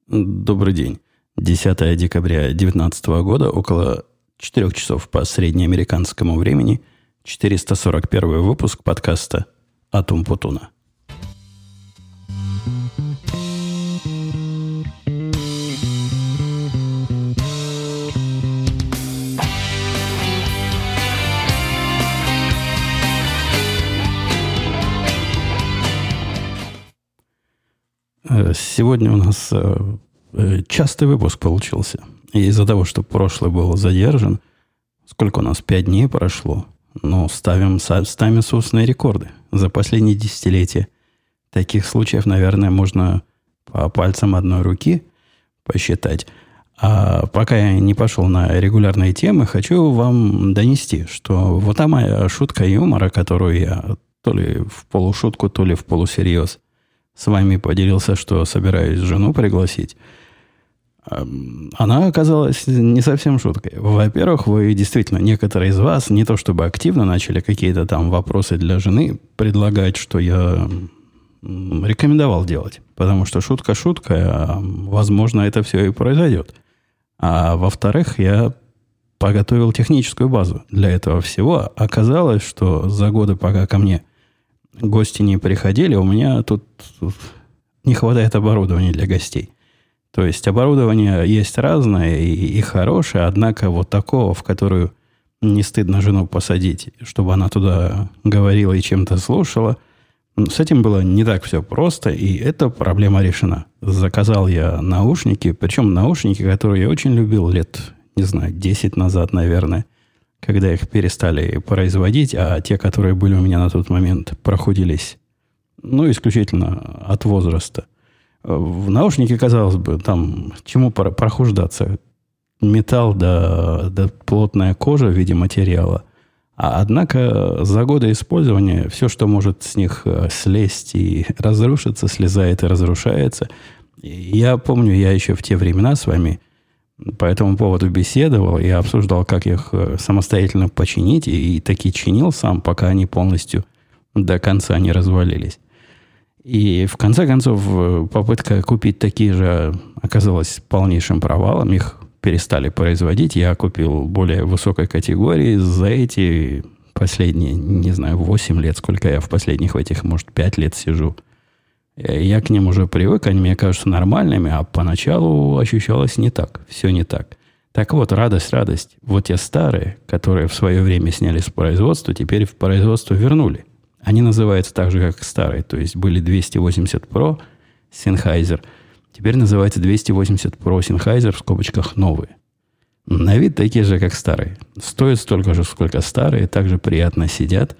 Добрый день. 10 декабря 2019 года, около 4 часов по среднеамериканскому времени, 441 выпуск подкаста «Атум Путуна». Сегодня у нас частый выпуск получился. И из-за того, что прошлый был задержан, сколько у нас, 5 дней прошло, но ставим собственные рекорды. За последние десятилетия таких случаев, наверное, можно по пальцам одной руки посчитать. А пока я не пошел на регулярные темы, хочу вам донести, что вот та моя шутка юмора, которую я то ли в полушутку, то ли в полусерьез с вами поделился, что собираюсь жену пригласить, она оказалась не совсем шуткой. Во-первых, вы действительно, некоторые из вас, не то чтобы активно начали какие-то там вопросы для жены предлагать, что я рекомендовал делать. Потому что шутка шуткой, а возможно, это все и произойдет. А во-вторых, я подготовил техническую базу для этого всего. Оказалось, что за годы, пока ко мне гости не приходили, у меня тут не хватает оборудования для гостей. То есть оборудование есть разное и хорошее, однако вот такого, в которую не стыдно жену посадить, чтобы она туда говорила и чем-то слушала, с этим было не так все просто, и эта проблема решена. Заказал я наушники, причем наушники, которые я очень любил лет, не знаю, 10 назад, наверное, когда их перестали производить, а те, которые были у меня на тот момент, проходились, исключительно от возраста. В наушнике, казалось бы, там чему прохуждаться? Металл да плотная кожа в виде материала. Однако за годы использования все, что может с них слезть и разрушиться, слезает и разрушается. Я помню, я еще в те времена с вами по этому поводу беседовал и обсуждал, как их самостоятельно починить, и таки чинил сам, пока они полностью до конца не развалились. И в конце концов попытка купить такие же оказалась полнейшим провалом. Их перестали производить. Я купил более высокой категории. За эти последние, не знаю, 8 лет, сколько я в последних этих, может, 5 лет сижу, я к ним уже привык, они мне кажутся нормальными, а поначалу ощущалось не так, все не так. Так вот, радость. Вот те старые, которые в свое время сняли с производства, теперь в производство вернули. Они называются так же, как старые. То есть были 280 Pro Sennheiser, теперь называется 280 Pro Sennheiser в скобочках новые. На вид такие же, как старые. Стоят столько же, сколько старые, также приятно сидят.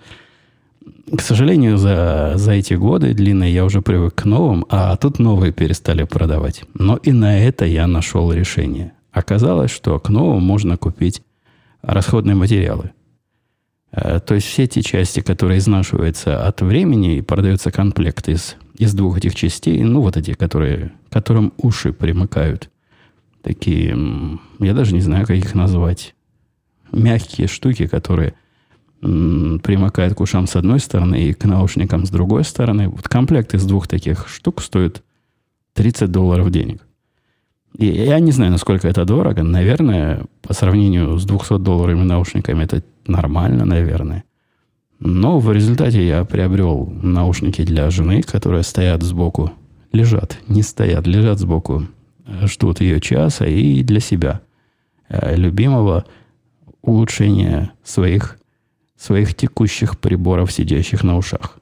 К сожалению, за эти годы длинные я уже привык к новым, а тут новые перестали продавать. Но и на это я нашел решение. Оказалось, что к новым можно купить расходные материалы. То есть все те части, которые изнашиваются от времени, и продается комплект из двух этих частей, вот эти, которым уши примыкают. Такие, я даже не знаю, как их назвать. Мягкие штуки, которые примыкает к ушам с одной стороны и к наушникам с другой стороны. Вот комплект из двух таких штук стоит $30 денег. И я не знаю, насколько это дорого. Наверное, по сравнению с $200 наушниками это нормально, наверное. Но в результате я приобрел наушники для жены, которые стоят сбоку. Лежат сбоку. Ждут ее часа. И для себя, любимого, улучшения своих текущих приборов, сидящих на ушах.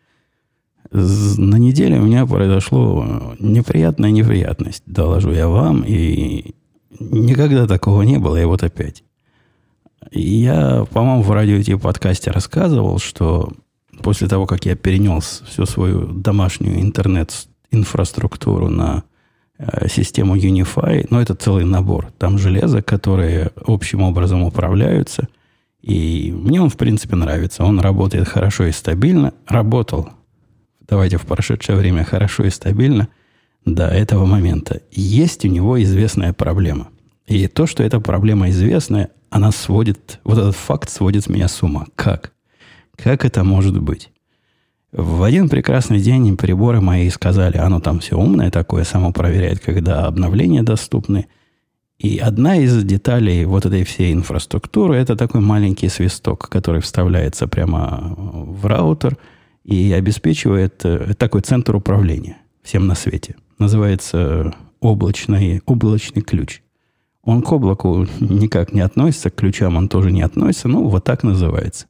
На неделе у меня произошло неприятная неприятность, доложу я вам, и никогда такого не было, и вот опять. Я, по-моему, в радио и подкасте рассказывал, что после того, как я перенес всю свою домашнюю интернет-инфраструктуру на систему Unify, это целый набор, там железо, которые общим образом управляются. И мне он, в принципе, нравится. Он работает хорошо и стабильно. Работал, давайте в прошедшее время, хорошо и стабильно до этого момента. Есть у него известная проблема. И то, что эта проблема известная, она сводит, вот этот факт сводит меня с ума. Как? Как это может быть? В один прекрасный день приборы мои сказали, оно там все умное такое, само проверяет, когда обновления доступны. И одна из деталей вот этой всей инфраструктуры – это такой маленький свисток, который вставляется прямо в раутер и обеспечивает такой центр управления всем на свете. Называется облачный ключ. Он к облаку никак не относится, к ключам он тоже не относится, ну, вот так называется.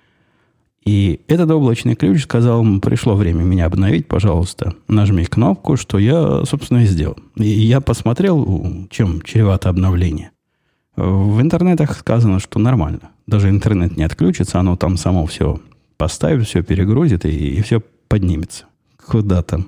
И этот облачный ключ сказал, пришло время меня обновить, пожалуйста, нажми кнопку, что я, собственно, и сделал. И я посмотрел, чем чревато обновление. В интернетах сказано, что нормально. Даже интернет не отключится, оно там само все поставит, все перегрузит и все поднимется. Куда там?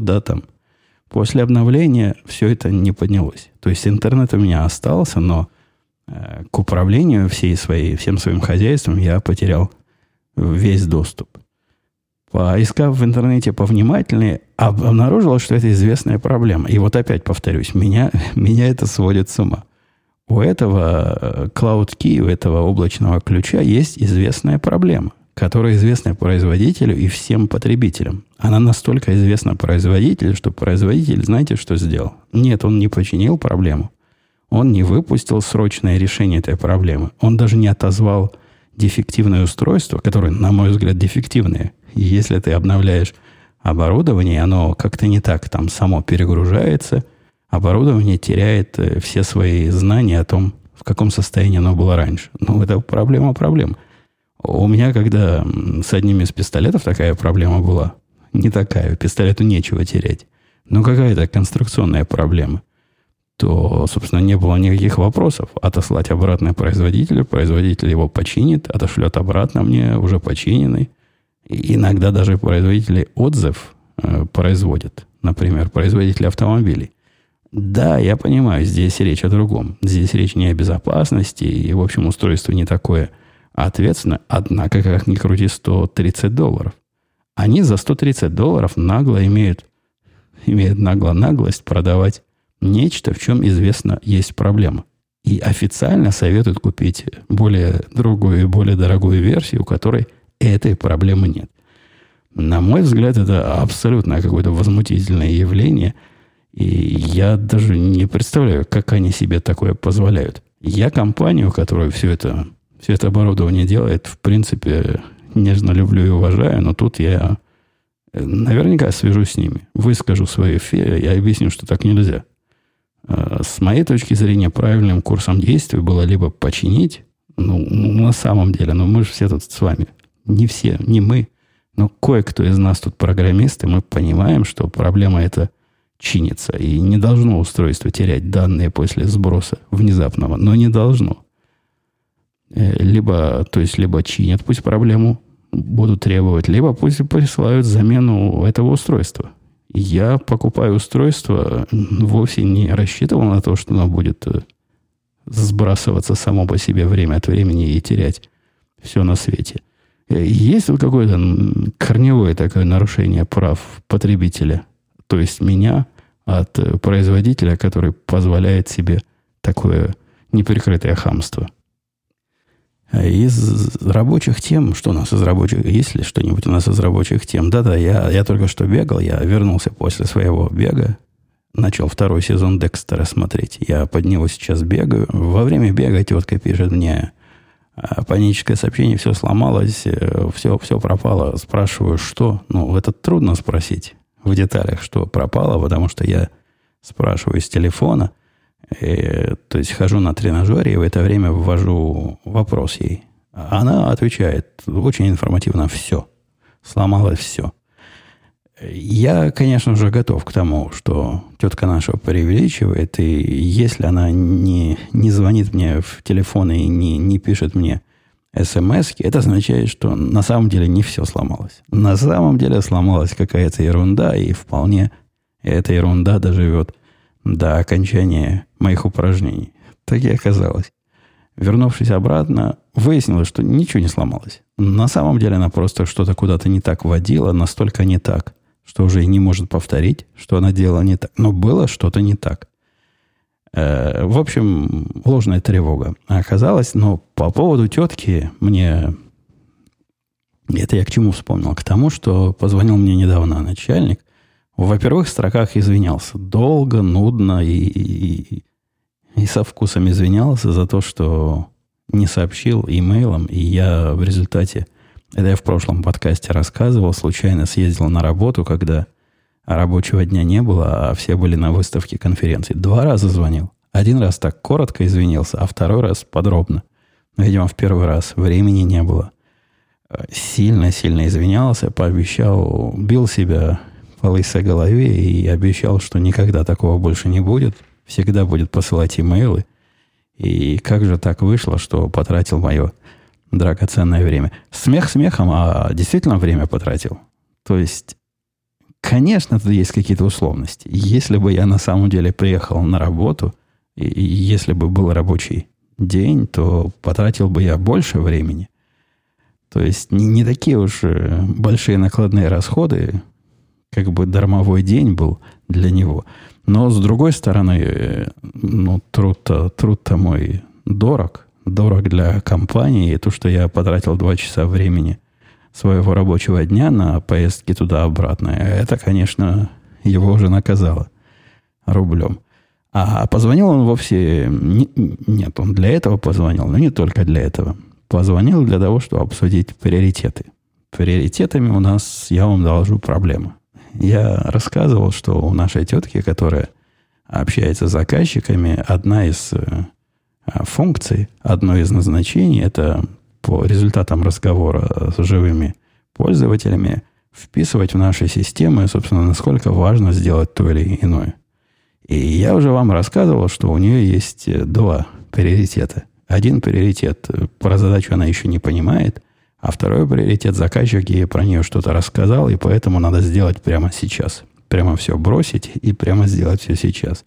После обновления все это не поднялось. То есть интернет у меня остался, но к управлению всем своим хозяйством я потерял весь доступ. Поискав в интернете повнимательнее, обнаружилось, что это известная проблема. И вот опять повторюсь, меня это сводит с ума. У этого Cloud Key, у этого облачного ключа есть известная проблема, которая известна производителю и всем потребителям. Она настолько известна производителю, что производитель, знаете, что сделал? Нет, он не починил проблему. Он не выпустил срочное решение этой проблемы. Он даже не отозвал дефективное устройство, которое, на мой взгляд, дефективное. И если ты обновляешь оборудование, оно как-то не так там само перегружается, оборудование теряет все свои знания о том, в каком состоянии оно было раньше. Ну, это проблема. У меня, когда с одним из пистолетов такая проблема была, не такая, пистолету нечего терять, но какая-то конструкционная проблема, то, собственно, не было никаких вопросов. Отослать обратно производителю, производитель его починит, отошлет обратно мне уже починенный. И иногда даже производители отзыв производят. Например, производители автомобилей. Да, я понимаю, здесь речь о другом. Здесь речь не о безопасности, и, в общем, устройство не такое ответственное. Однако, как ни крути, $130. Они за $130 нагло имеют наглость продавать нечто, в чем известно есть проблема. И официально советуют купить более другую и более дорогую версию, у которой этой проблемы нет. На мой взгляд, это абсолютно какое-то возмутительное явление. И я даже не представляю, как они себе такое позволяют. Я компанию, которая все это оборудование делает, в принципе, нежно люблю и уважаю, но тут я наверняка свяжусь с ними, выскажу свои феи и объясню, что так нельзя. С моей точки зрения, правильным курсом действий было либо починить, на самом деле, мы же все тут с вами, не все, не мы, но кое-кто из нас тут программисты, мы понимаем, что проблема эта чинится, и не должно устройство терять данные после сброса внезапного, но не должно. Либо чинят, пусть проблему будут требовать, либо пусть присылают замену этого устройства. Я покупаю устройство, вовсе не рассчитывал на то, что оно будет сбрасываться само по себе время от времени и терять все на свете. Есть тут какое-то корневое такое нарушение прав потребителя, то есть меня, от производителя, который позволяет себе такое неприкрытое хамство. Из рабочих тем, что у нас из рабочих, есть ли что-нибудь у нас из рабочих тем? Да-да, я только что бегал, я вернулся после своего бега, начал второй сезон Декстера смотреть. Я под него сейчас бегаю. Во время бега тетка пишет мне паническое сообщение, все сломалось, все пропало. Спрашиваю, что? Это трудно спросить в деталях, что пропало, потому что я спрашиваю с телефона. То есть хожу на тренажере и в это время ввожу вопрос ей. Она отвечает очень информативно: все. Сломалось все. Я, конечно же, готов к тому, что тетка наша преувеличивает, и если она не звонит мне в телефон и не пишет мне смс-ки, это означает, что на самом деле не все сломалось. На самом деле сломалась какая-то ерунда, и вполне эта ерунда доживет до окончания моих упражнений. Так и оказалось. Вернувшись обратно, выяснилось, что ничего не сломалось. На самом деле она просто что-то куда-то не так водила, настолько не так, что уже и не может повторить, что она делала не так. Но было что-то не так. В общем, ложная тревога оказалась. Но по поводу тетки мне Это я к чему вспомнил? К тому, что позвонил мне недавно начальник. В первых строках извинялся. Долго, нудно и со вкусом извинялся за то, что не сообщил имейлом. И я в результате, это я в прошлом подкасте рассказывал, случайно съездил на работу, когда рабочего дня не было, а все были на выставке конференции. 2 раза звонил. 1 раз так коротко извинился, а 2 раз подробно. Видимо, в первый раз времени не было. Сильно-сильно извинялся, пообещал, бил себя по лысой голове и обещал, что никогда такого больше не будет. Всегда будет посылать имейлы. И как же так вышло, что потратил мое драгоценное время? Смех смехом, а действительно время потратил. То есть, конечно, тут есть какие-то условности. Если бы я на самом деле приехал на работу, и если бы был рабочий день, то потратил бы я больше времени. То есть, не такие уж большие накладные расходы, как бы дармовой день был для него. Но, с другой стороны, труд-то мой дорог для компании. И то, что я потратил 2 часа времени своего рабочего дня на поездки туда-обратно, это, конечно, его уже наказало рублем. А позвонил он вовсе... Нет, он для этого позвонил, но не только для этого. Позвонил для того, чтобы обсудить приоритеты. Приоритетами у нас, я вам доложу, проблема. Я рассказывал, что у нашей тетки, которая общается с заказчиками, одна из функций, одно из назначений, это по результатам разговора с живыми пользователями вписывать в наши системы, собственно, насколько важно сделать то или иное. И я уже вам рассказывал, что у нее есть 2 приоритета. Один приоритет, про задачу она еще не понимает, а второй приоритет, заказчик ей про нее что-то рассказал, и поэтому надо сделать прямо сейчас. Прямо все бросить и прямо сделать все сейчас.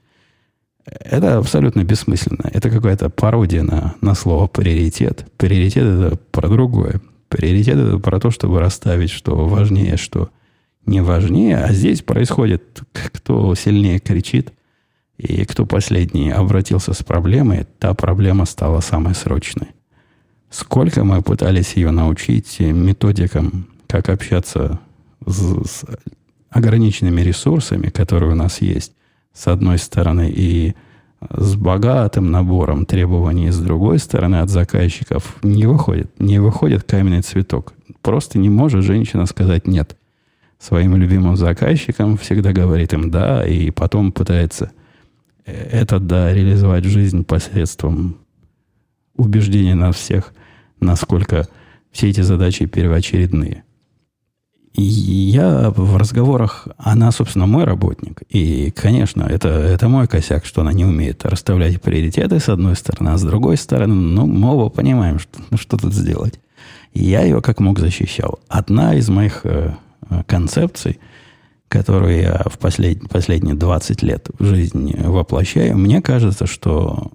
Это абсолютно бессмысленно. Это какая-то пародия на слово «приоритет». Приоритет – это про другое. Приоритет – это про то, чтобы расставить, что важнее, что не важнее. А здесь происходит, кто сильнее кричит, и кто последний обратился с проблемой, та проблема стала самой срочной. Сколько мы пытались ее научить методикам, как общаться с ограниченными ресурсами, которые у нас есть, с одной стороны, и с богатым набором требований с другой стороны от заказчиков, не выходит каменный цветок. Просто не может женщина сказать «нет». Своим любимым заказчикам всегда говорит им «да», и потом пытается это «да» реализовать в жизнь посредством убеждения нас всех, насколько все эти задачи первоочередные. И я в разговорах, она, собственно, мой работник. И, конечно, это мой косяк, что она не умеет расставлять приоритеты с одной стороны, а с другой стороны, мы оба понимаем, что тут сделать. И я ее как мог защищал. Одна из моих концепций, которую я в последние 20 лет в жизни воплощаю, мне кажется, что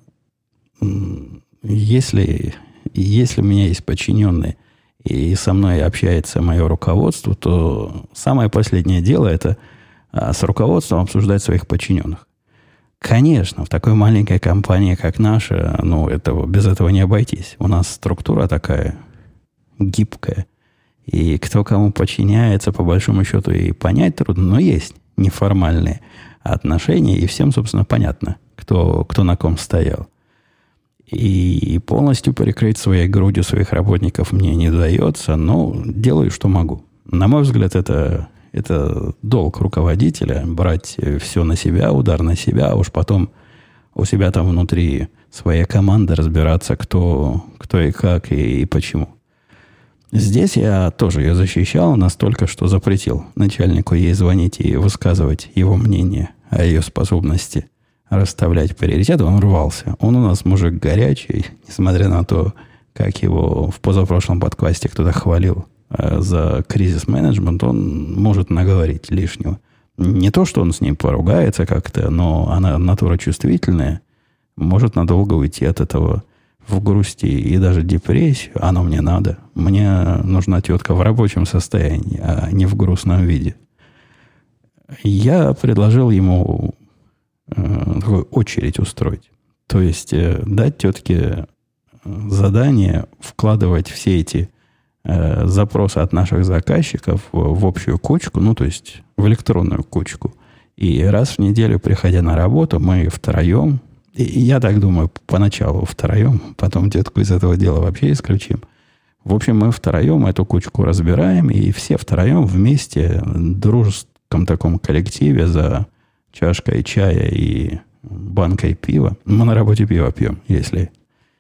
если у меня есть подчиненные, и со мной общается мое руководство, то самое последнее дело – это с руководством обсуждать своих подчиненных. Конечно, в такой маленькой компании, как наша, без этого не обойтись. У нас структура такая гибкая. И кто кому подчиняется, по большому счету, и понять трудно, но есть неформальные отношения, и всем, собственно, понятно, кто на ком стоял. И полностью перекрыть своей грудью своих работников мне не удается, но делаю, что могу. На мой взгляд, это долг руководителя брать все на себя, удар на себя, а уж потом у себя там внутри своей команды разбираться, кто и как и почему. Здесь я тоже ее защищал настолько, что запретил начальнику ей звонить и высказывать его мнение о ее способности расставлять приоритеты. Он рвался. Он у нас мужик горячий, несмотря на то, как его в позапрошлом подкасте кто-то хвалил за кризис-менеджмент, он может наговорить лишнего. Не то, что он с ним поругается как-то, но она натура чувствительная, может надолго уйти от этого в грусти и даже депрессию. Оно мне надо. Мне нужна тетка в рабочем состоянии, а не в грустном виде. Я предложил ему такую очередь устроить. То есть дать тетке задание вкладывать все эти запросы от наших заказчиков в общую кучку, ну, то есть в электронную кучку. И раз в неделю, приходя на работу, мы втроем, и я так думаю, поначалу втроем, потом детку из этого дела вообще исключим. В общем, мы втроем эту кучку разбираем, и все втроем вместе в дружеском таком коллективе за чашкой чая и банкой пива. Мы на работе пиво пьем, если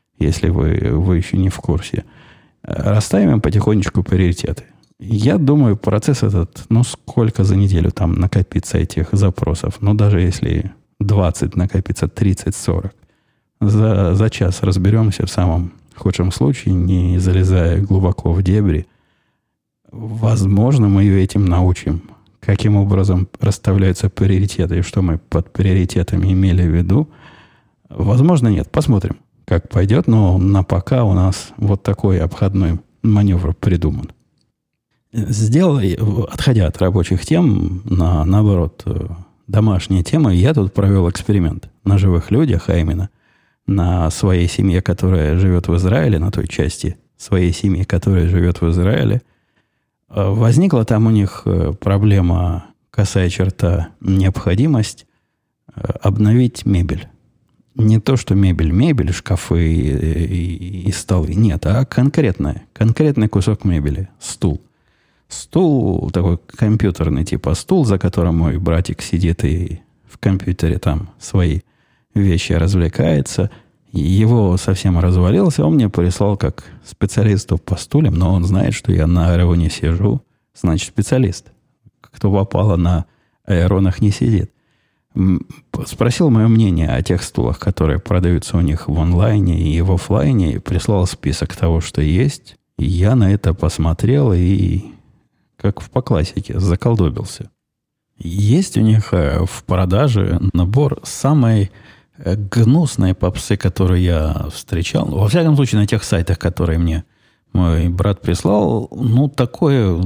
вы еще не в курсе. Расставим потихонечку приоритеты. Я думаю, процесс этот, ну, сколько за неделю там накопится этих запросов? Ну, даже если 20 накопится, 30, 40. За час разберемся в самом худшем случае, не залезая глубоко в дебри. Возможно, мы ее этим научим. Каким образом расставляются приоритеты и что мы под приоритетами имели в виду. Возможно, нет. Посмотрим, как пойдет. Но на пока у нас вот такой обходной маневр придуман. Сделал, отходя от рабочих тем, наоборот, домашние темы, я тут провел эксперимент на живых людях, а именно на своей семье, которая живет в Израиле, на той части своей семьи, которая живет в Израиле. Возникла там у них проблема, косая черта, необходимость обновить мебель. Не то, что мебель, шкафы и столы, нет, а конкретный кусок мебели, стул. Стул, такой компьютерный типа стул, за которым мой братик сидит и в компьютере там свои вещи развлекается. Его совсем развалился, он мне прислал как специалисту по стульям, но он знает, что я на аэроне сижу, значит специалист. Кто попало на аэронах не сидит. Спросил мое мнение о тех стулах, которые продаются у них в онлайне и в офлайне, и прислал список того, что есть. И я на это посмотрел и, как по классике, заколдобился. Есть у них в продаже набор самой гнусной попсы, которую я встречал. Во всяком случае, на тех сайтах, которые мне мой брат прислал, ну, такое.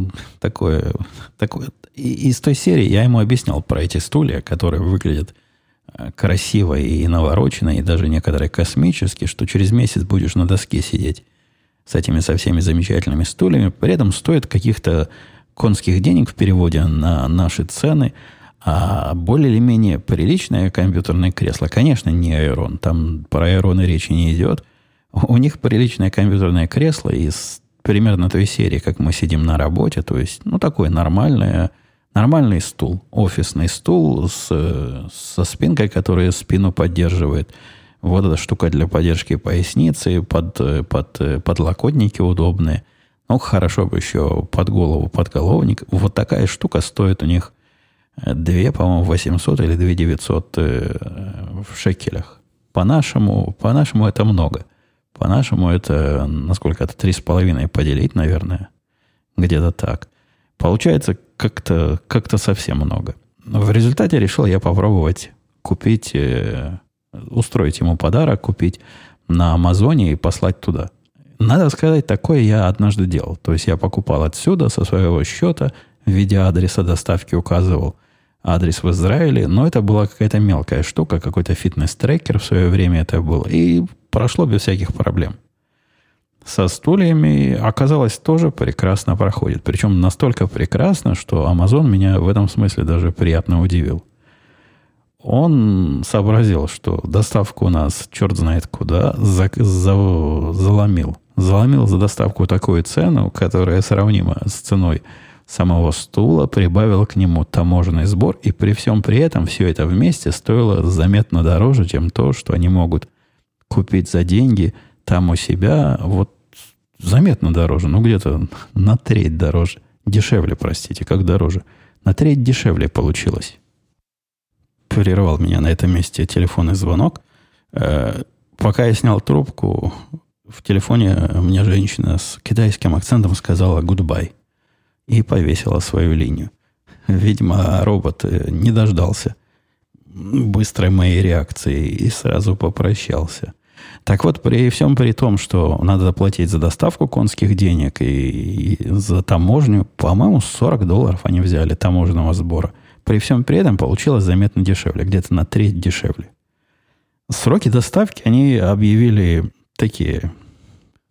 Из той серии я ему объяснял про эти стулья, которые выглядят красиво и навороченно, и даже некоторые космические, что через месяц будешь на доске сидеть со всеми замечательными стульями. При этом стоит каких-то конских денег в переводе на наши цены, а более или менее приличное компьютерное кресло, конечно, не Аэрон, там про Аэроны речи не идет. У них приличное компьютерное кресло из примерно той серии, как мы сидим на работе, то есть, ну, такой нормальный стул, офисный стул со спинкой, которая спину поддерживает. Вот эта штука для поддержки поясницы, подлокотники удобные. Ну, хорошо бы еще под голову подголовник. Вот такая штука стоит у них 2, по-моему, 800 или 2 900 в шекелях. По-нашему это много. По-нашему это, насколько это, 3,5 поделить, наверное. Где-то так. Получается как-то совсем много. В результате решил я попробовать купить, устроить ему подарок, купить на Амазоне и послать туда. Надо сказать, такое я однажды делал. То есть я покупал отсюда, со своего счета, в виде адреса доставки указывал адрес в Израиле, но это была какая-то мелкая штука, какой-то фитнес-трекер в свое время это был, и прошло без всяких проблем. Со стульями оказалось тоже прекрасно проходит. Причем настолько прекрасно, что Amazon меня в этом смысле даже приятно удивил. Он сообразил, что доставку у нас черт знает куда, заломил. Заломил за доставку такую цену, которая сравнима с ценой самого стула, прибавил к нему таможенный сбор, и при всем при этом все это вместе стоило заметно дороже, чем то, что они могут купить за деньги там у себя, вот заметно дороже, ну где-то на треть дороже. Дешевле, простите, как дороже. На треть дешевле получилось. Прервал меня на этом месте телефонный звонок. Пока я снял трубку, в телефоне мне женщина с китайским акцентом сказала «goodbye» и повесила свою линию. Видимо, робот не дождался быстрой моей реакции и сразу попрощался. Так вот, при всем при том, что надо заплатить за доставку конских денег и за таможню, по-моему, $40 они взяли таможенного сбора. При всем при этом получилось заметно дешевле, где-то на треть дешевле. Сроки доставки они объявили такие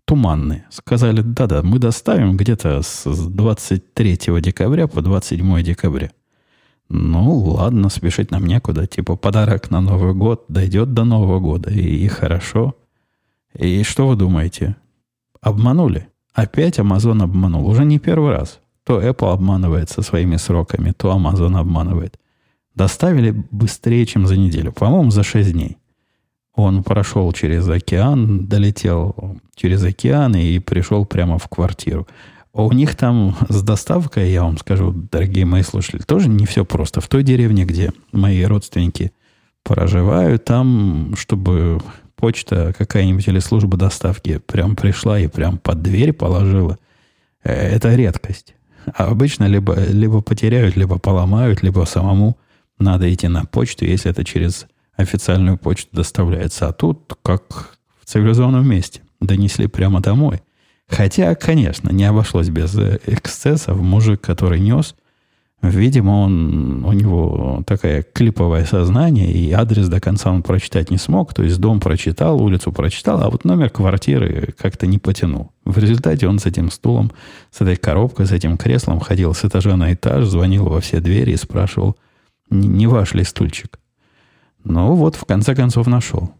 туманные. Сказали, да-да, мы доставим где-то с 23 декабря по 27 декабря. Ну, ладно, спешить нам некуда. Типа подарок на Новый год дойдет до Нового года, и хорошо. И что вы думаете? Обманули. Опять Amazon обманул. Уже не первый раз. То Apple обманывает со своими сроками, то Amazon обманывает. Доставили быстрее, чем за неделю. По-моему, за 6 дней. Он прошел через океан, долетел через океан и пришел прямо в квартиру. А у них там с доставкой, я вам скажу, дорогие мои слушатели, тоже не все просто. В той деревне, где мои родственники проживают, там, чтобы почта какая-нибудь или служба доставки прям пришла и прям под дверь положила, это редкость. А обычно либо потеряют, либо поломают, либо самому надо идти на почту, если это через официальную почту доставляется. А тут, как в цивилизованном месте, донесли прямо домой. Хотя, конечно, не обошлось без эксцессов. Мужик, который нес, видимо, у него такое клиповое сознание, и адрес до конца он прочитать не смог. То есть дом прочитал, улицу прочитал, а вот номер квартиры как-то не потянул. В результате он с этим стулом, с этой коробкой, с этим креслом ходил с этажа на этаж, звонил во все двери и спрашивал, не ваш ли стульчик. Ну вот, в конце концов, нашел.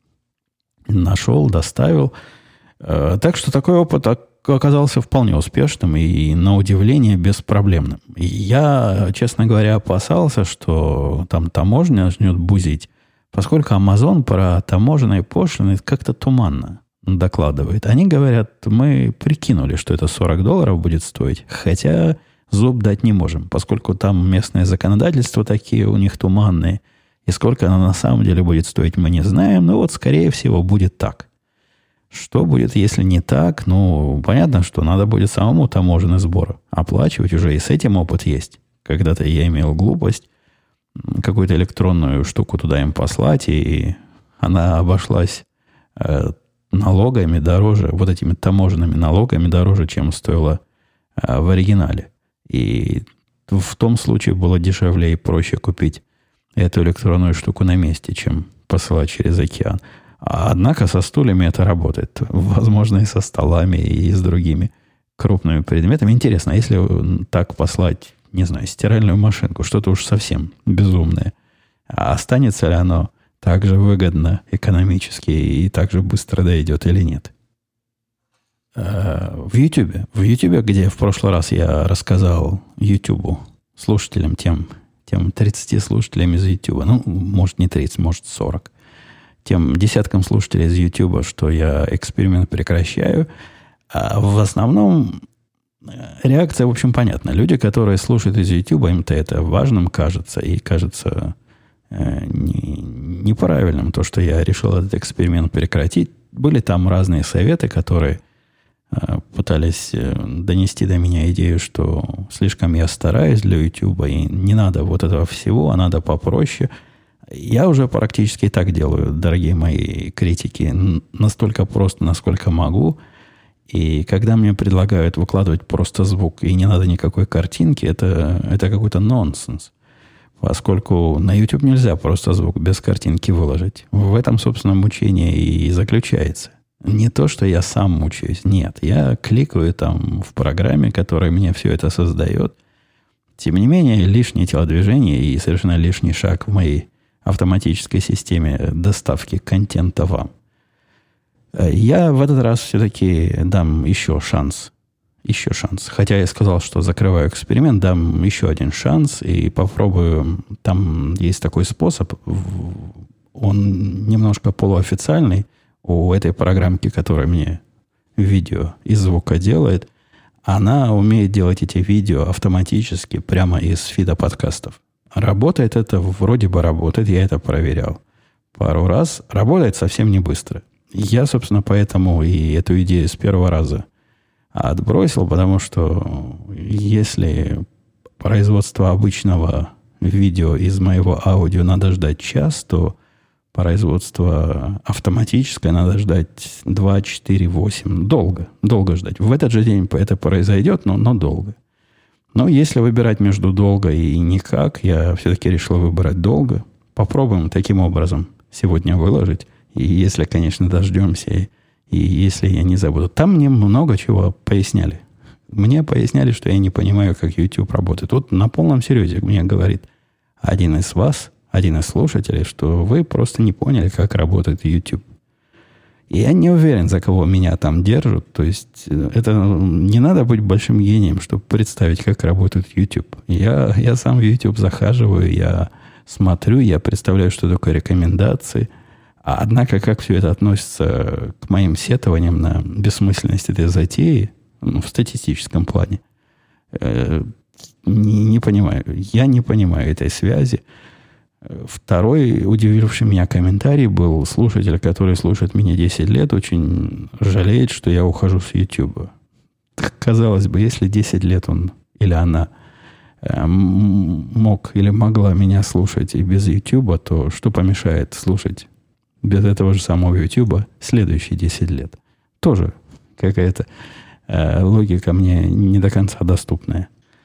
Нашел, доставил. Так что такой опыт оказался вполне успешным и, на удивление, беспроблемным. И я, честно говоря, опасался, что там таможня начнет бузить, поскольку Amazon про таможенные пошлины как-то туманно докладывает. Они говорят, мы прикинули, что это $40 будет стоить, хотя зуб дать не можем, поскольку там местные законодательства такие у них туманные, и сколько она на самом деле будет стоить, мы не знаем, но вот, скорее всего, будет так. Что будет, если не так? Ну, понятно, что надо будет самому таможенный сбор оплачивать. Уже и с этим опыт есть. Когда-то я имел глупость какую-то электронную штуку туда им послать, и она обошлась налогами дороже, вот этими таможенными налогами дороже, чем стоила в оригинале. И в том случае было дешевле и проще купить эту электронную штуку на месте, чем посылать через океан. Однако со стульями это работает. Возможно, и со столами, и с другими крупными предметами. Интересно, если так послать, не знаю, стиральную машинку, что-то уж совсем безумное, а останется ли оно так же выгодно экономически и так же быстро дойдет или нет? В YouTube, где в прошлый раз я рассказал YouTube, слушателям, тем 30 слушателям из YouTube, ну, может, не 30, может, 40, тем десяткам слушателей из YouTube, что я эксперимент прекращаю. А в основном реакция, в общем, понятна. Люди, которые слушают из YouTube, им-то это важным кажется, и кажется неправильным то, что я решил этот эксперимент прекратить. Были там разные советы, которые пытались донести до меня идею, что слишком я стараюсь для YouTube, и не надо вот этого всего, а надо попроще. Я уже практически так делаю, дорогие мои критики, настолько просто, насколько могу. И когда мне предлагают выкладывать просто звук, и не надо никакой картинки, это какой-то нонсенс. Поскольку на YouTube нельзя просто звук без картинки выложить. В этом, собственно, мучение и заключается. Не то, что я сам мучаюсь. Нет, я кликаю там в программе, которая мне все это создает. Тем не менее, лишнее телодвижение и совершенно лишний шаг в моей автоматической системе доставки контента вам. Я в этот раз все-таки дам еще шанс. Еще шанс. Хотя я сказал, что закрываю эксперимент, дам еще один шанс и попробую. Там есть такой способ. Он немножко полуофициальный. У этой программки, которая мне видео и звука делает, она умеет делать эти видео автоматически прямо из фида подкастов. Работает это, вроде бы работает, я это проверял пару раз. Работает совсем не быстро. Я, собственно, поэтому и эту идею с первого раза отбросил, потому что если производство обычного видео из моего аудио надо ждать час, то производство автоматическое надо ждать 2, 4, 8. Долго ждать. В этот же день это произойдет, но долго. Но если выбирать между долго и никак, я все-таки решил выбрать долго. Попробуем таким образом сегодня выложить. И если, конечно, дождемся И если я не забуду. Там мне много чего поясняли. Мне поясняли, что я не понимаю, как YouTube работает. Вот на полном серьезе мне говорит один из вас, один из слушателей, что вы просто не поняли, как работает YouTube. И я не уверен, за кого меня там держат. То есть это не надо быть большим гением, чтобы представить, как работает YouTube. Я сам в YouTube захаживаю, я смотрю, я представляю, что такое рекомендации. Однако, как все это относится к моим сетованиям на бессмысленность этой затеи, в статистическом плане, не понимаю. Я не понимаю этой связи. Второй удививший меня комментарий был слушатель, который слушает меня 10 лет, очень жалеет, что я ухожу с YouTube. Казалось бы, если 10 лет он или она мог или могла меня слушать и без YouTube, то что помешает слушать без этого же самого YouTube следующие 10 лет? Тоже какая-то логика мне не до конца доступная.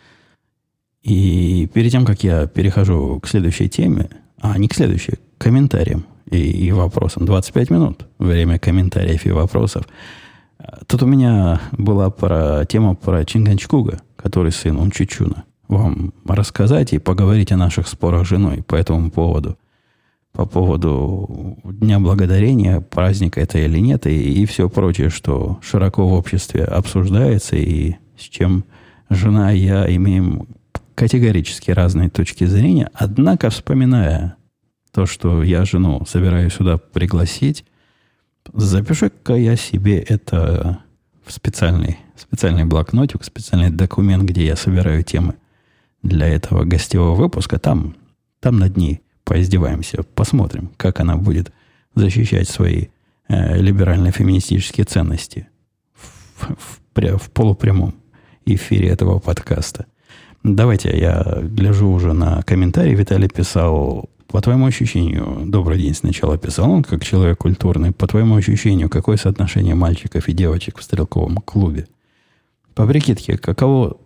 И перед тем, как я перехожу к следующей теме, не к следующей, к комментариям и вопросам. 25 минут время комментариев и вопросов. Тут у меня была тема про Чинганчкуга, который сын Унчичуна. Вам рассказать и поговорить о наших спорах с женой по этому поводу. По поводу Дня Благодарения, праздника это или нет, и все прочее, что широко в обществе обсуждается, и с чем жена и я имеем категорически разные точки зрения. Однако, вспоминая то, что я жену собираюсь сюда пригласить, запишу-ка я себе это в специальный блокнотик, специальный документ, где я собираю темы для этого гостевого выпуска. Там над ней поиздеваемся, посмотрим, как она будет защищать свои либерально-феминистические ценности в полупрямом эфире этого подкаста. Давайте я гляжу уже на комментарии. Виталий писал, по твоему ощущению, добрый день сначала писал, он как человек культурный, по твоему ощущению, какое соотношение мальчиков и девочек в стрелковом клубе? По прикидке, какого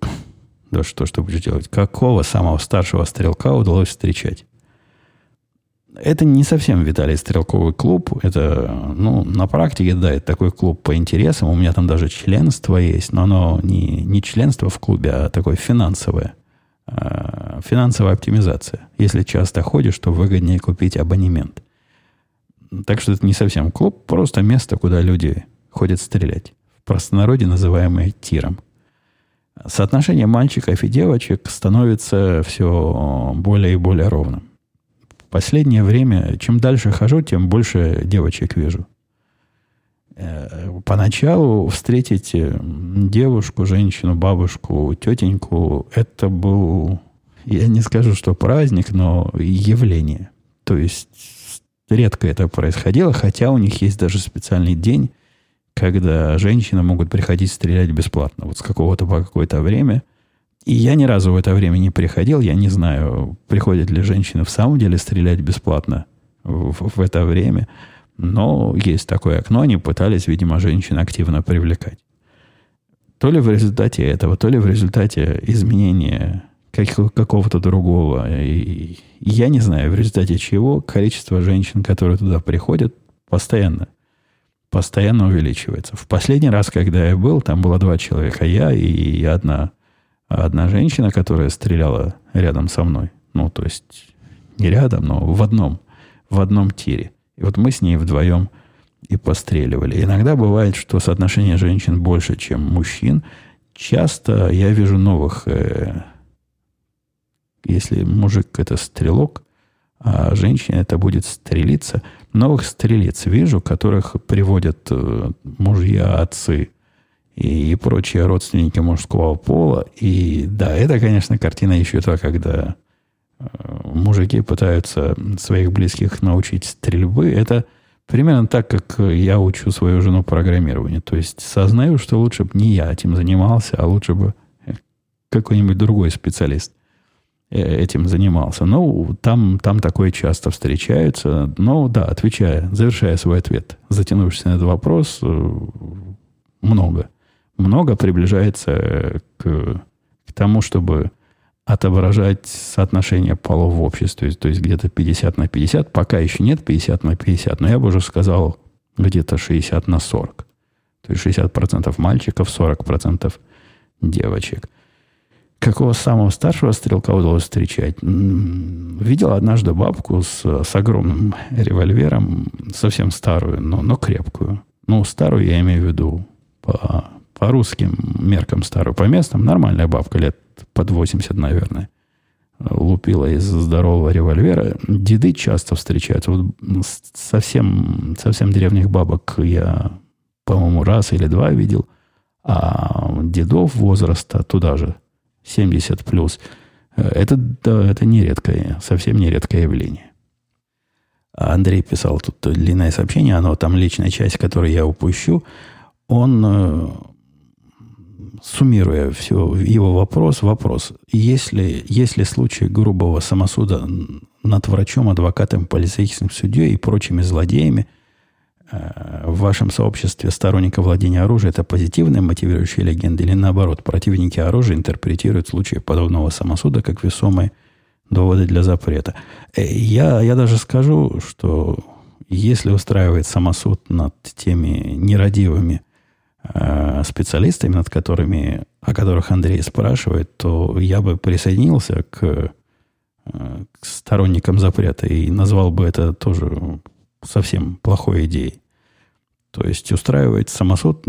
самого старшего стрелка удалось встречать? Это не совсем, Виталий, стрелковый клуб. Это, на практике, да, это такой клуб по интересам. У меня там даже членство есть, но оно не членство в клубе, а такое финансовая оптимизация. Если часто ходишь, то выгоднее купить абонемент. Так что это не совсем клуб, просто место, куда люди ходят стрелять. В простонародье называемое тиром. Соотношение мальчиков и девочек становится все более и более ровным. В последнее время, чем дальше хожу, тем больше девочек вижу. Поначалу встретить девушку, женщину, бабушку, тетеньку, это был, я не скажу, что праздник, но явление. То есть редко это происходило, хотя у них есть даже специальный день, когда женщины могут приходить стрелять бесплатно. Вот с какого-то по какое-то время. И я ни разу в это время не приходил. Я не знаю, приходят ли женщины в самом деле стрелять бесплатно в это время. Но есть такое окно. Они пытались, видимо, женщин активно привлекать. То ли в результате этого, то ли в результате изменения какого-то другого. И я не знаю, в результате чего количество женщин, которые туда приходят, постоянно увеличивается. В последний раз, когда я был, там было 2 человека. Я и одна женщина, которая стреляла рядом со мной. То есть не рядом, но в одном тире. И вот мы с ней вдвоем и постреливали. Иногда бывает, что соотношение женщин больше, чем мужчин. Часто я вижу новых, если мужик это стрелок, а женщина это будет стрелица, новых стрелец вижу, которых приводят мужья, отцы и прочие родственники мужского пола. И да, это, конечно, картина еще та, когда мужики пытаются своих близких научить стрельбы. Это примерно так, как я учу свою жену программированию. То есть сознаю, что лучше бы не я этим занимался, а лучше бы какой-нибудь другой специалист этим занимался. Там такое часто встречается. Но да, завершая свой ответ, затянувшись на этот вопрос, много приближается к тому, чтобы отображать соотношение полов в обществе. То есть где-то 50 на 50. Пока еще нет 50 на 50. Но я бы уже сказал где-то 60/40. То есть 60% мальчиков, 40% девочек. Какого самого старшего стрелка удалось встречать? Видел однажды бабку с огромным револьвером, совсем старую, но крепкую. Ну, старую я имею в виду по русским меркам старую, по местным нормальная бабка, лет под 80, наверное. Лупила из здорового револьвера. Деды часто встречаются. Вот совсем древних бабок я, по-моему, раз или два видел. А дедов возраста туда же 70 плюс. Это нередкое, совсем нередкое явление. Андрей писал тут длинное сообщение, оно там личная часть, которую я упущу. Он, суммируя все, его вопрос. Если случай грубого самосуда над врачом, адвокатом, полицейским судьей и прочими злодеями в вашем сообществе сторонников владения оружием это позитивная мотивирующая легенда или наоборот, противники оружия интерпретируют случаи подобного самосуда как весомые доводы для запрета. Я даже скажу, что если устраивает самосуд над теми нерадивыми специалистами, о которых Андрей спрашивает, то я бы присоединился к сторонникам запрета и назвал бы это тоже совсем плохой идеей. То есть устраивать самосуд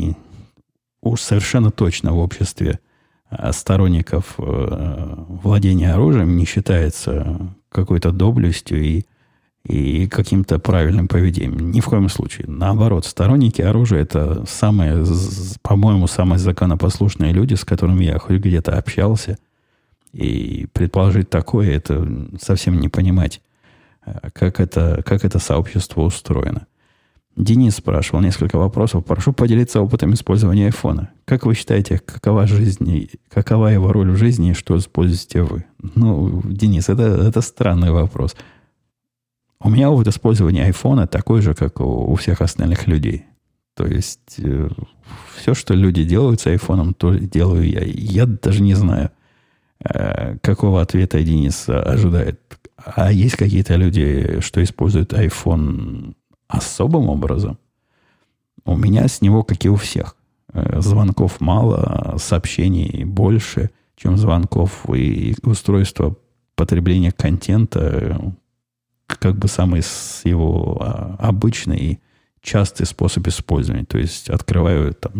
уж совершенно точно в обществе сторонников владения оружием не считается какой-то доблестью и каким-то правильным поведением. Ни в коем случае. Наоборот, сторонники оружия – это по-моему, самые законопослушные люди, с которыми я хоть где-то общался. И предположить такое – это совсем не понимать, как это сообщество устроено. Денис спрашивал несколько вопросов. Прошу поделиться опытом использования айфона. Как вы считаете, какова его роль в жизни и что используете вы? Ну, Денис, это странный вопрос. У меня опыт использования айфона такой же, как у всех остальных людей. То есть, все, что люди делают с айфоном, то делаю я. Я даже не знаю, какого ответа Денис ожидает. А есть какие-то люди, что используют iPhone особым образом? У меня с него, как и у всех. Звонков мало, сообщений больше, чем звонков. И устройство потребления контента как бы самый его обычный и частый способ использования. То есть открываю там,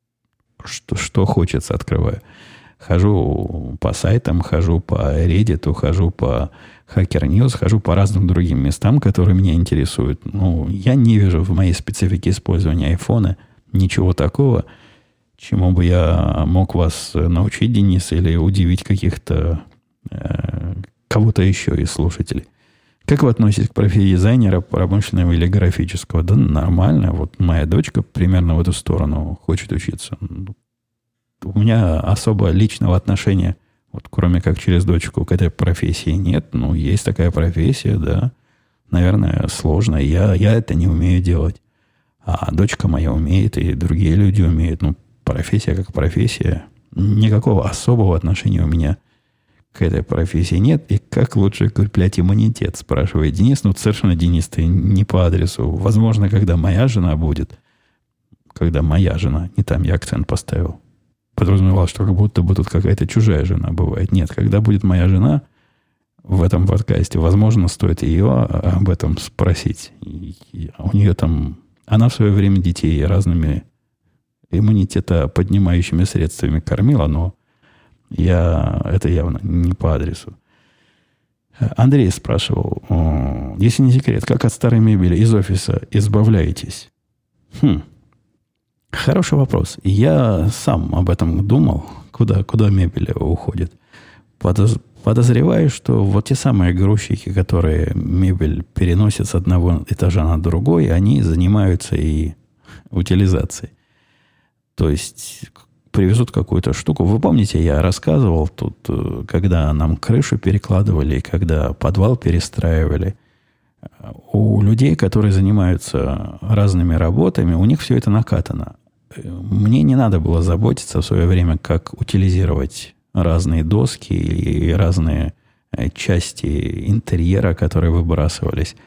что хочется, открываю. Хожу по сайтам, хожу по Reddit, хожу по Hacker News, хожу по разным другим местам, которые меня интересуют. Ну, я не вижу в моей специфике использования айфона ничего такого, чему бы я мог вас научить, Денис, или удивить кого-то еще из слушателей. Как вы относитесь к профессии дизайнера промышленного или графического? Да нормально. Вот моя дочка примерно в эту сторону хочет учиться. У меня особо личного отношения, вот кроме как через дочку, к этой профессии нет. Ну, есть такая профессия, да. Наверное, сложно. Я это не умею делать. А дочка моя умеет, и другие люди умеют. Ну, профессия как профессия. Никакого особого отношения у меня к этой профессии нет. И как лучше укреплять иммунитет, спрашивает Денис. Ну, совершенно, Денис, ты не по адресу. Возможно, когда моя жена будет. Когда моя жена. Не там я акцент поставил. Подразумевал, что как будто бы тут какая-то чужая жена бывает. Нет, когда будет моя жена в этом подкасте, возможно, стоит ее об этом спросить. И у нее там... Она в свое время детей разными иммунитета поднимающими средствами кормила, но это явно не по адресу. Андрей спрашивал, если не секрет, как от старой мебели из офиса избавляетесь? Хороший вопрос. Я сам об этом думал, куда мебель уходит. Подозреваю, что вот те самые грузчики, которые мебель переносят с одного этажа на другой, они занимаются и утилизацией. То есть привезут какую-то штуку. Вы помните, я рассказывал тут, когда нам крышу перекладывали, когда подвал перестраивали. У людей, которые занимаются разными работами, у них все это накатано. Мне не надо было заботиться в свое время, как утилизировать разные доски и разные части интерьера, которые выбрасывались.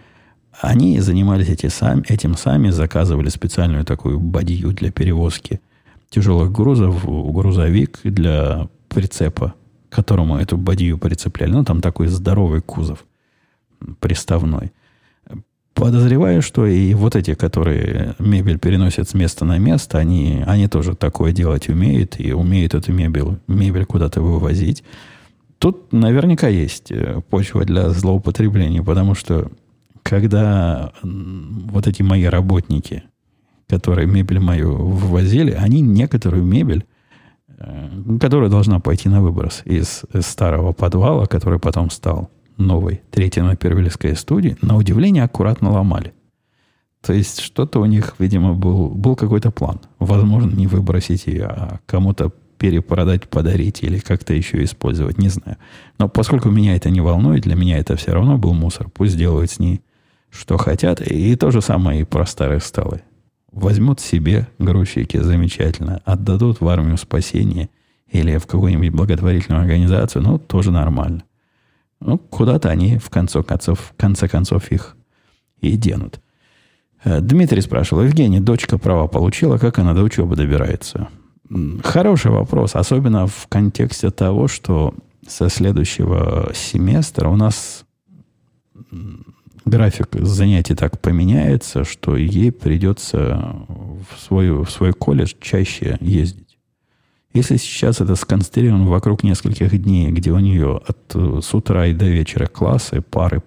Они занимались этим сами, заказывали специальную такую бадью для перевозки тяжелых грузов, грузовик для прицепа, к которому эту бадью прицепляли. Ну, там такой здоровый кузов приставной. Подозреваю, что и вот эти, которые мебель переносят с места на место, они тоже такое делать умеют и умеют эту мебель куда-то вывозить. Тут наверняка есть почва для злоупотребления, потому что когда вот эти мои работники, которые мебель мою вывозили, они некоторую мебель, которая должна пойти на выброс из старого подвала, который потом стал новой, третьей на Первильской студии, на удивление аккуратно ломали. То есть что-то у них, видимо, был какой-то план. Возможно, не выбросить ее, а кому-то перепродать, подарить или как-то еще использовать, не знаю. Но поскольку меня это не волнует, для меня это все равно был мусор. Пусть делают с ней что хотят. И то же самое и про старые столы. Возьмут себе грузчики замечательно, отдадут в армию спасения или в какую-нибудь благотворительную организацию, ну, тоже нормально. Ну, куда-то они в конце концов их и денут. Дмитрий спрашивал: Евгений, дочка права получила, как она до учебы добирается? Хороший вопрос, особенно в контексте того, что со следующего семестра у нас график занятий так поменяется, что ей придется в свой колледж чаще ездить. Если сейчас это сконцентрировано вокруг нескольких дней, где у нее с утра и до вечера классы, пары,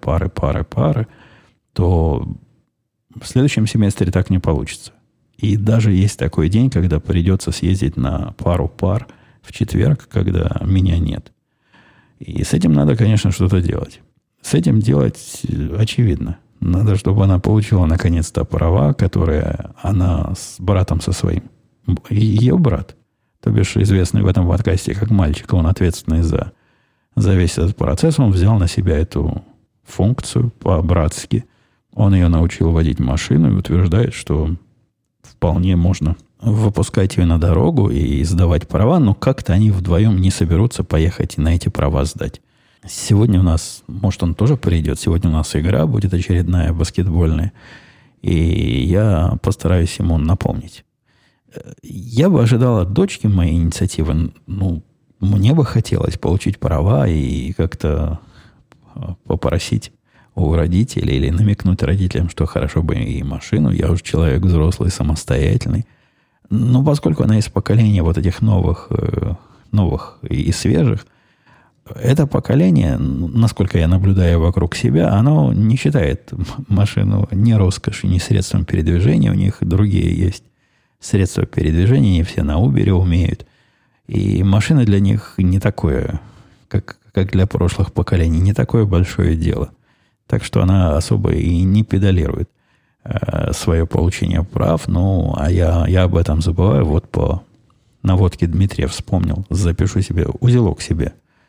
то в следующем семестре так не получится. И даже есть такой день, когда придется съездить на пару пар в четверг, когда меня нет. И с этим надо, конечно, что-то делать. С этим делать очевидно. Надо, чтобы она получила наконец-то права, которые она с братом со своим. Ее брат, то бишь известный в этом подкасте как мальчик, он ответственный за весь этот процесс, он взял на себя эту функцию по-братски. Он ее научил водить машину и утверждает, что вполне можно выпускать ее на дорогу и сдавать права, но как-то они вдвоем не соберутся поехать и на эти права сдать. Сегодня у нас, может, он тоже придет, сегодня у нас игра будет очередная баскетбольная, и я постараюсь ему напомнить. Я бы ожидал от дочки моей инициативы, мне бы хотелось получить права и как-то попросить у родителей или намекнуть родителям, что хорошо бы и машину, я уже человек взрослый, самостоятельный. Но поскольку она из поколения вот этих новых и свежих, это поколение, насколько я наблюдаю вокруг себя, оно не считает машину ни роскошью, ни средством передвижения. У них другие есть средства передвижения, не все на Uber умеют. И машина для них не такое, как для прошлых поколений, не такое большое дело. Так что она особо и не педалирует свое получение прав. А я об этом забываю. Вот по наводке Дмитрия вспомнил. Запишу себе, узелок себе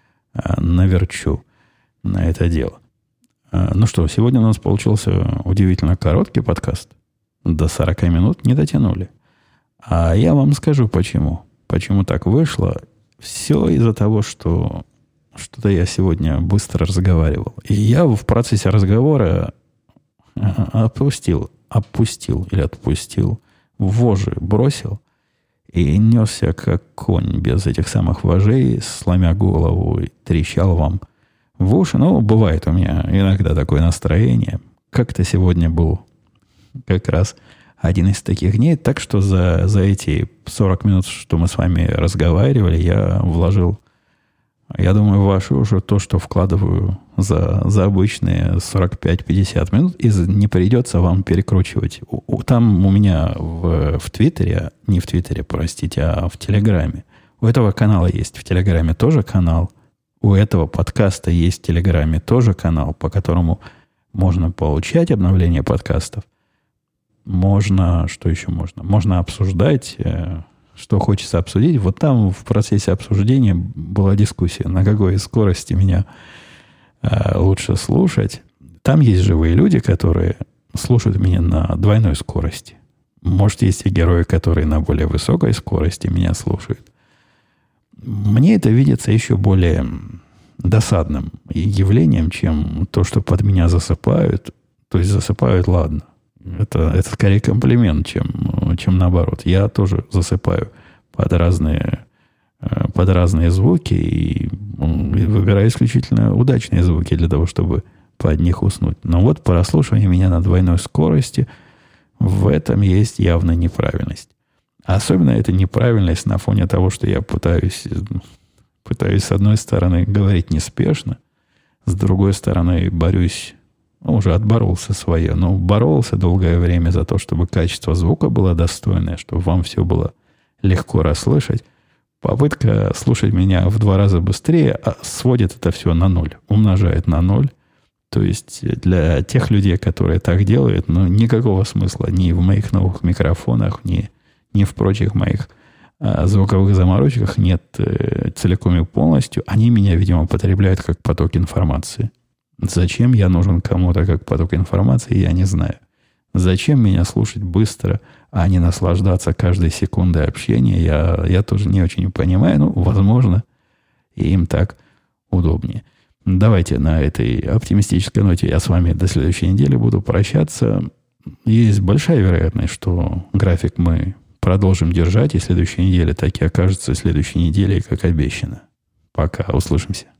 наверчу на это дело. Ну что, сегодня у нас получился удивительно короткий подкаст. До 40 минут не дотянули. А я вам скажу, почему. Почему так вышло. Все из-за того, что что-то я сегодня быстро разговаривал. И я в процессе разговора отпустил, вожжи бросил и несся как конь без этих самых вожей, сломя голову и трещал вам в уши. Бывает у меня иногда такое настроение. Как-то сегодня был как раз один из таких дней. Так что за эти 40 минут, что мы с вами разговаривали, я вложил, я думаю, в ваши уши то, что вкладываю за обычные 45-50 минут, и не придется вам перекручивать. Там у меня в Твиттере, не в Твиттере, простите, а в Телеграме. У этого канала есть в Телеграме тоже канал. У этого подкаста есть в Телеграме тоже канал, по которому можно получать обновления подкастов. Можно, что еще можно? Можно обсуждать, что хочется обсудить. Вот там в процессе обсуждения была дискуссия, на какой скорости меня лучше слушать. Там есть живые люди, которые слушают меня на двойной скорости. Может, есть и герои, которые на более высокой скорости меня слушают. Мне это видится еще более досадным явлением, чем то, что под меня засыпают. То есть засыпают, ладно. Это скорее комплимент, чем наоборот. Я тоже засыпаю под разные звуки и выбираю исключительно удачные звуки для того, чтобы под них уснуть. Но вот прослушивание меня на двойной скорости, в этом есть явная неправильность. Особенно эта неправильность на фоне того, что я пытаюсь с одной стороны говорить неспешно, с другой стороны борюсь, уже отборолся свое, но боролся долгое время за то, чтобы качество звука было достойное, чтобы вам все было легко расслышать. Попытка слушать меня в 2 раза быстрее сводит это все на 0, умножает на 0. То есть для тех людей, которые так делают, никакого смысла ни в моих новых микрофонах, ни в прочих моих звуковых заморочках нет целиком и полностью. Они меня, видимо, потребляют как поток информации. Зачем я нужен кому-то как поток информации, я не знаю. Зачем меня слушать быстро, а не наслаждаться каждой секундой общения, я тоже не очень понимаю. Возможно, им так удобнее. Давайте на этой оптимистической ноте я с вами до следующей недели буду прощаться. Есть большая вероятность, что график мы продолжим держать, и следующей неделе так и окажется следующей неделей, как обещано. Пока, услышимся.